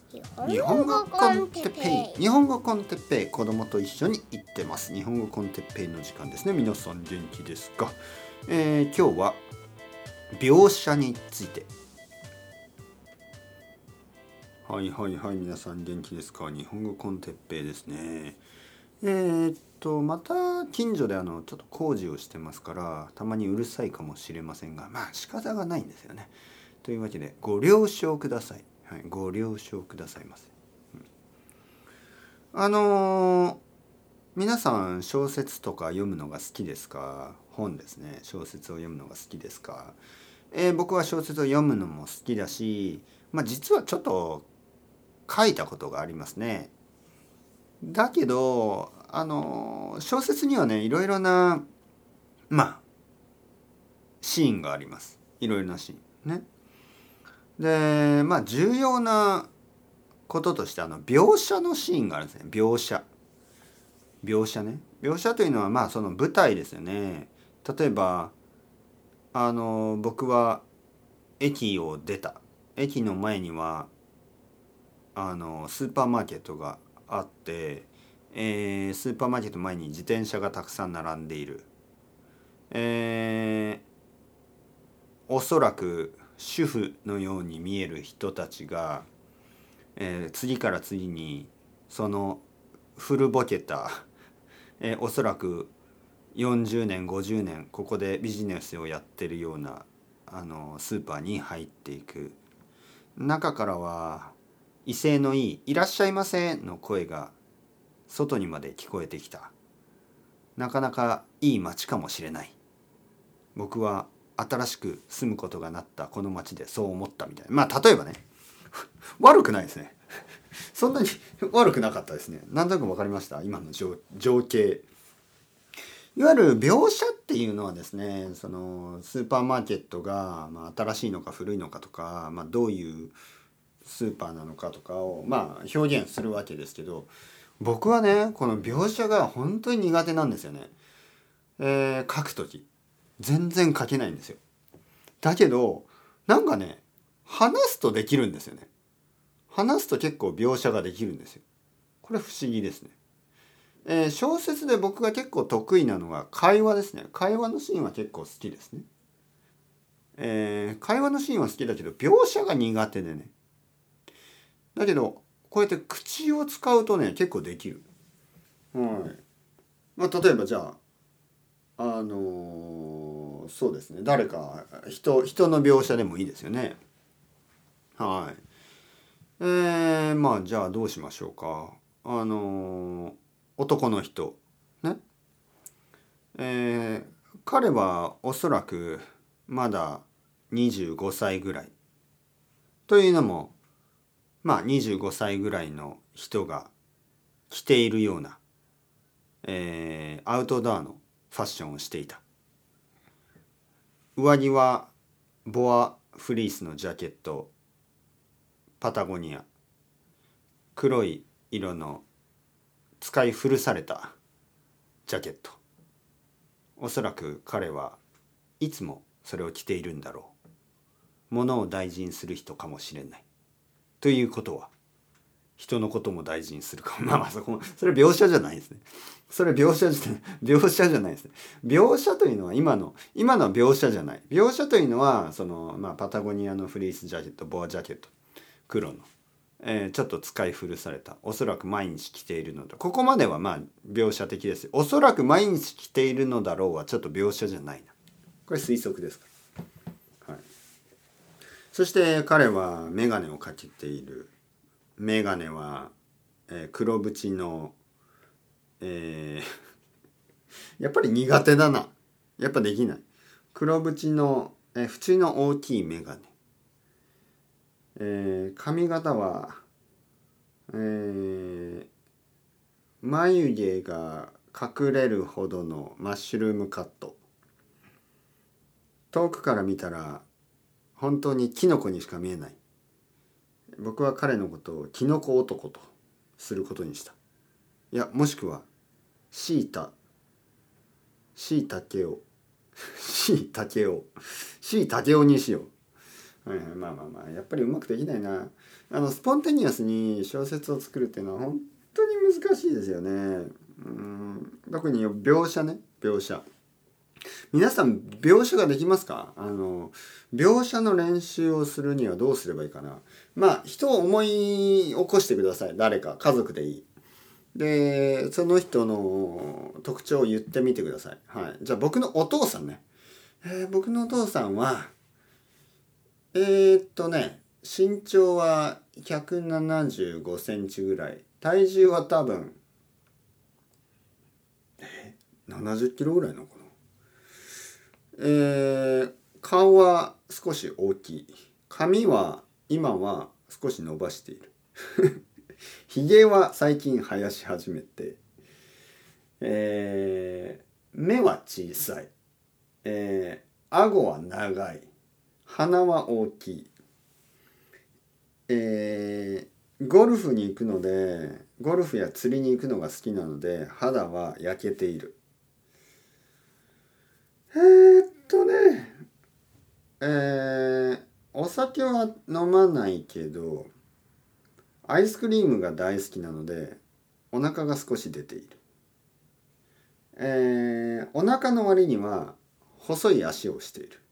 日本語コンテッペイ、日本語コンテッペイ、子供と一緒に行ってます。日本語コンテッペイの時間ですね。皆さん元気ですか？今日は描写について。はい皆さん元気ですか？日本語コンテッペイですね。また近所でちょっと工事をしてますから、たまにうるさいかもしれませんが、仕方がないんですよね。というわけでご了承ください。はい、ご了承くださいませ。皆さん小説とか読むのが好きですか？本ですね。小説を読むのが好きですか？僕は小説を読むのも好きだし、実はちょっと書いたことがありますね。だけど小説にはね、いろいろなシーンがあります。いろいろなシーンね。で重要なこととして描写のシーンがあるんですね。描写ね。描写というのはその舞台ですよね。例えば僕は駅を出た。駅の前にはスーパーマーケットがあって、スーパーマーケット前に自転車がたくさん並んでいる。おそらく主婦のように見える人たちが、次から次にその古ぼけた、おそらく40年50年ここでビジネスをやってるようなスーパーに入っていく。中からは威勢のいい「いらっしゃいませ」の声が外にまで聞こえてきた。なかなかいい街かもしれない。僕は新しく住むことがなったこの街でそう思ったみたいな。例えばね悪くないですね。そんなに悪くなかったですね。なんとなく分かりました？今の情景。いわゆる描写っていうのはですね、そのスーパーマーケットが、新しいのか古いのかとか、どういうスーパーなのかとかを表現するわけですけど、僕はねこの描写が本当に苦手なんですよね。書くとき全然書けないんですよ。だけどなんかね、話すとできるんですよね。話すと結構描写ができるんですよ。これ不思議ですね。小説で僕が結構得意なのが会話ですね。会話のシーンは結構好きですね。会話のシーンは好きだけど描写が苦手でね。だけどこうやって口を使うとね結構できる。はい。例えばじゃあそうですね、誰か人の描写でもいいですよね。はい。じゃあどうしましょうか。男の人ね。彼はおそらくまだ25歳ぐらい。というのも25歳ぐらいの人が着ているような、アウトドアのファッションをしていた。上着はボアフリースのジャケット、パタゴニア、黒い色の使い古されたジャケット。おそらく彼はいつもそれを着ているんだろう。物を大事にする人かもしれない。ということは人のことも大事にするかも。それ描写じゃないですね。それ描写じゃないですね。描写というのは今の描写じゃない。描写というのはそのパタゴニアのフリースジャケット、ボアジャケット、黒の、ちょっと使い古された。おそらく毎日着ているのだ。ここまでは描写的です。おそらく毎日着ているのだろうはちょっと描写じゃないな。これ推測ですから。はい。そして彼は眼鏡をかけている。眼鏡は、黒縁の、やっぱり苦手だな。やっぱできない。黒縁の、縁の大きい眼鏡。髪型は、眉毛が隠れるほどのマッシュルームカット。遠くから見たら本当にキノコにしか見えない。僕は彼のことをキノコ男とすることにした。いや、もしくはシータケオにしよう。 はいはい、まあまあまあやっぱりうまくできないな。スポンテニアスに小説を作るっていうのは本当に難しいですよね。特に描写ね、描写。皆さん描写ができますか？描写の練習をするにはどうすればいいかな。まあ人を思い起こしてください。誰か家族でいい。でその人の特徴を言ってみてください。はい。じゃあ僕のお父さんね。僕のお父さんは身長は175センチぐらい。体重は多分70キロぐらいのかな。顔は少し大きい。髪は今は少し伸ばしている。ひげは最近生やし始めて、目は小さい。顎は長い。鼻は大きい。ゴルフに行くので、ゴルフや釣りに行くのが好きなので、肌は焼けている。ね、お酒は飲まないけど、アイスクリームが大好きなので、お腹が少し出ている。お腹の割には細い足をしている。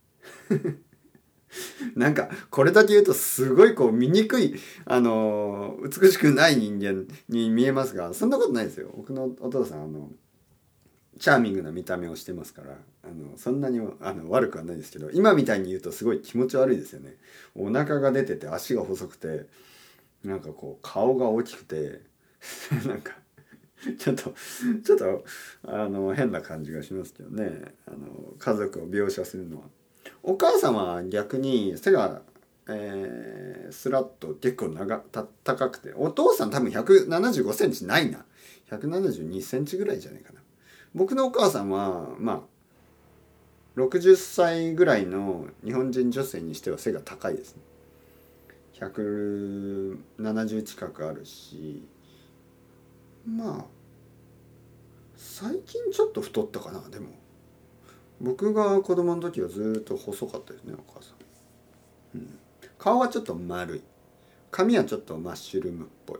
なんかこれだけ言うとすごいこう醜い美しくない人間に見えますが、そんなことないですよ。僕のお父さんチャーミングな見た目をしてますから、そんなに悪くはないですけど、今みたいに言うとすごい気持ち悪いですよね。お腹が出てて足が細くて、なんかこう顔が大きくてなんかちょっと変な感じがしますけどね。家族を描写するのは。お母さんは逆に背が、スラッと結構高くて、お父さん多分175センチないな。172センチぐらいじゃないかな。僕のお母さんはまあ60歳ぐらいの日本人女性にしては背が高いですね。170近くあるし、まあ最近ちょっと太ったかな。でも僕が子供の時はずっと細かったですね、お母さん。顔はちょっと丸い。髪はちょっとマッシュルームっぽい。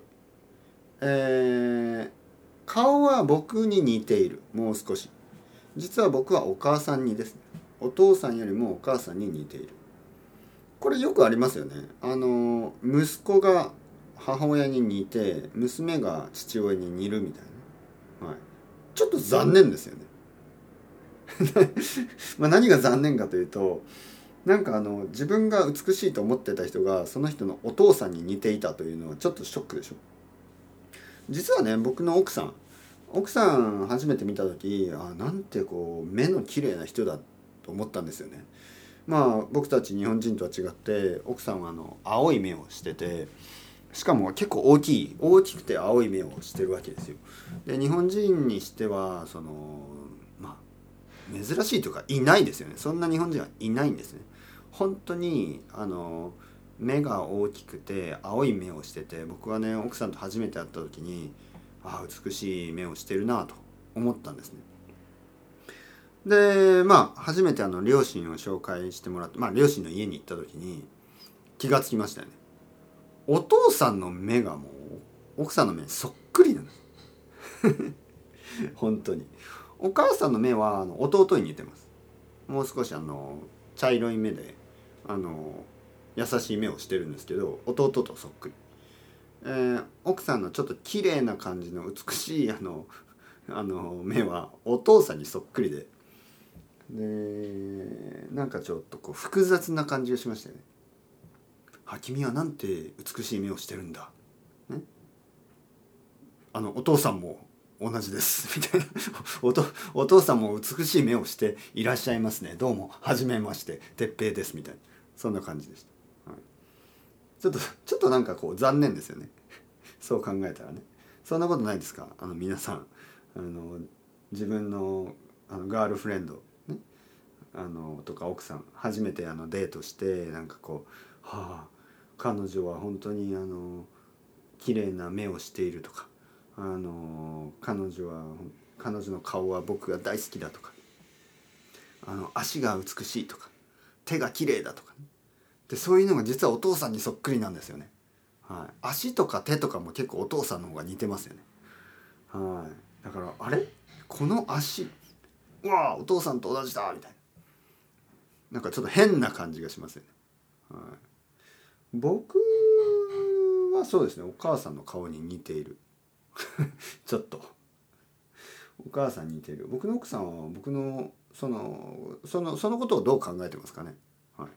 顔は僕に似ている。もう少し。実は僕はお母さんにですね。お父さんよりもお母さんに似ている。これよくありますよね。息子が母親に似て、娘が父親に似るみたいな。はい。ちょっと残念ですよね。まあ何が残念かというと、なんか自分が美しいと思ってた人がその人のお父さんに似ていたというのはちょっとショックでしょ。実はね、僕の奥さん初めて見た時、なんてこう目の綺麗な人だと思ったんですよね。まあ僕たち日本人とは違って奥さんは青い目をしてて、しかも結構大きくて青い目をしてるわけですよ。で日本人にしてはまあ珍しいというかいないですよね。そんな日本人はいないんですね。本当に目が大きくて青い目をしてて、僕はね奥さんと初めて会った時に美しい目をしてるなと思ったんですね。でまあ初めて両親を紹介してもらって、まあ両親の家に行った時に気がつきましたよね。お父さんの目がもう奥さんの目にそっくりなんです。本当に。お母さんの目は弟に似てます。もう少し茶色い目で優しい目をしてるんですけど、弟とそっくり。奥さんのちょっと綺麗な感じの美しい目はお父さんにそっくりで、なんかちょっとこう複雑な感じがしましたよね。君はなんて美しい目をしてるんだ、ね、お父さんも同じですみたいなお父さんも美しい目をしていらっしゃいますね、どうもはじめまして哲平ですみたいな、そんな感じでした、はい、ちょっとなんかこう残念ですよね。そう考えたらね。そんなことないですか？皆さん自分のガールフレンドね、とか奥さん初めてデートして、なんかこう彼女は本当に綺麗な目をしているとか、彼女の顔は僕が大好きだとか、足が美しいとか、手が綺麗だとか、ね、 でそういうのが実はお父さんにそっくりなんですよね。はい、足とか手とかも結構お父さんの方が似てますよね。はい、だからあれこの足うわお父さんと同じだみたいな、なんかちょっと変な感じがしますよね。はい、僕はそうですね、お母さんの顔に似ているちょっとお母さんに似ている。僕の奥さんは僕のそのことをどう考えてますかね。はい、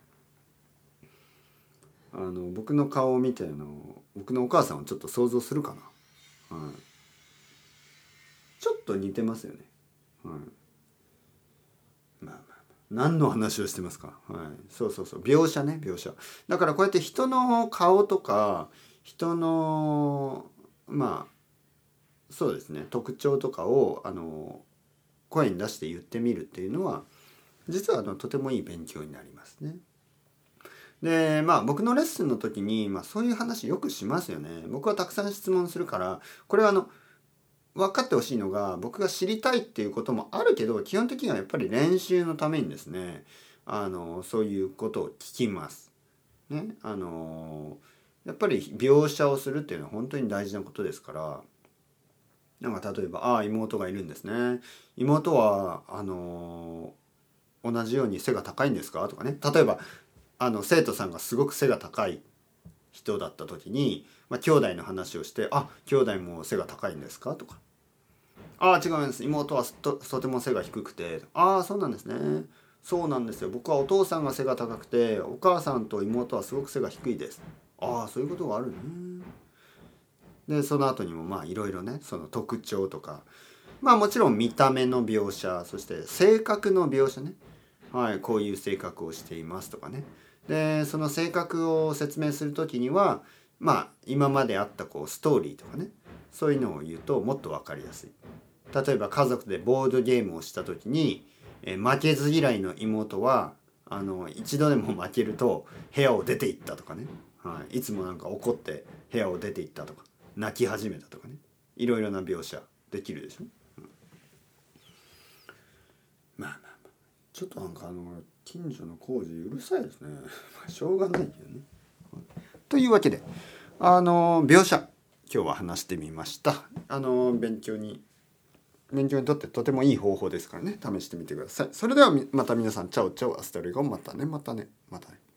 僕の顔を見て僕のお母さんをちょっと想像するかな。はい、ちょっと似てますよね。はい、まあまあ何の話をしてますか。はい、そうそうそう、描写ね、描写。だからこうやって人の顔とか人のまあそうですね特徴とかを声に出して言ってみるっていうのは実はとてもいい勉強になりますね。でまあ僕のレッスンの時に、そういう話よくしますよね。僕はたくさん質問するから、これは分かってほしいのが、僕が知りたいっていうこともあるけど基本的にはやっぱり練習のためにですねそういうことを聞きます。ね、やっぱり描写をするっていうのは本当に大事なことですから、なんか例えば妹がいるんですね。妹は同じように背が高いんですかとかね。例えば生徒さんがすごく背が高い人だった時に、兄弟の話をして兄弟も背が高いんですかとか、違うんです、妹はとても背が低くて、そうなんですね、そうなんですよ、僕はお父さんが背が高くてお母さんと妹はすごく背が低いです。そういうことがあるね。でその後にもいろいろね、その特徴とか、もちろん見た目の描写、そして性格の描写ね。はい、こういう性格をしていますとかね。でその性格を説明する時には今まであったストーリーとかね、そういうのを言うともっと分かりやすい。例えば家族でボードゲームをした時に、負けず嫌いの妹は一度でも負けると部屋を出て行ったとかね、はい、いつもなんか怒って部屋を出て行ったとか泣き始めたとかね、いろいろな描写できるでしょ。ちょっとなんか近所の工事うるさいですねしょうがないけどね。というわけで描写今日は話してみました。勉強にとってとてもいい方法ですからね、試してみてください。それではまた皆さん、チャオチャオ、アスタルゴ、またねまたねまたね。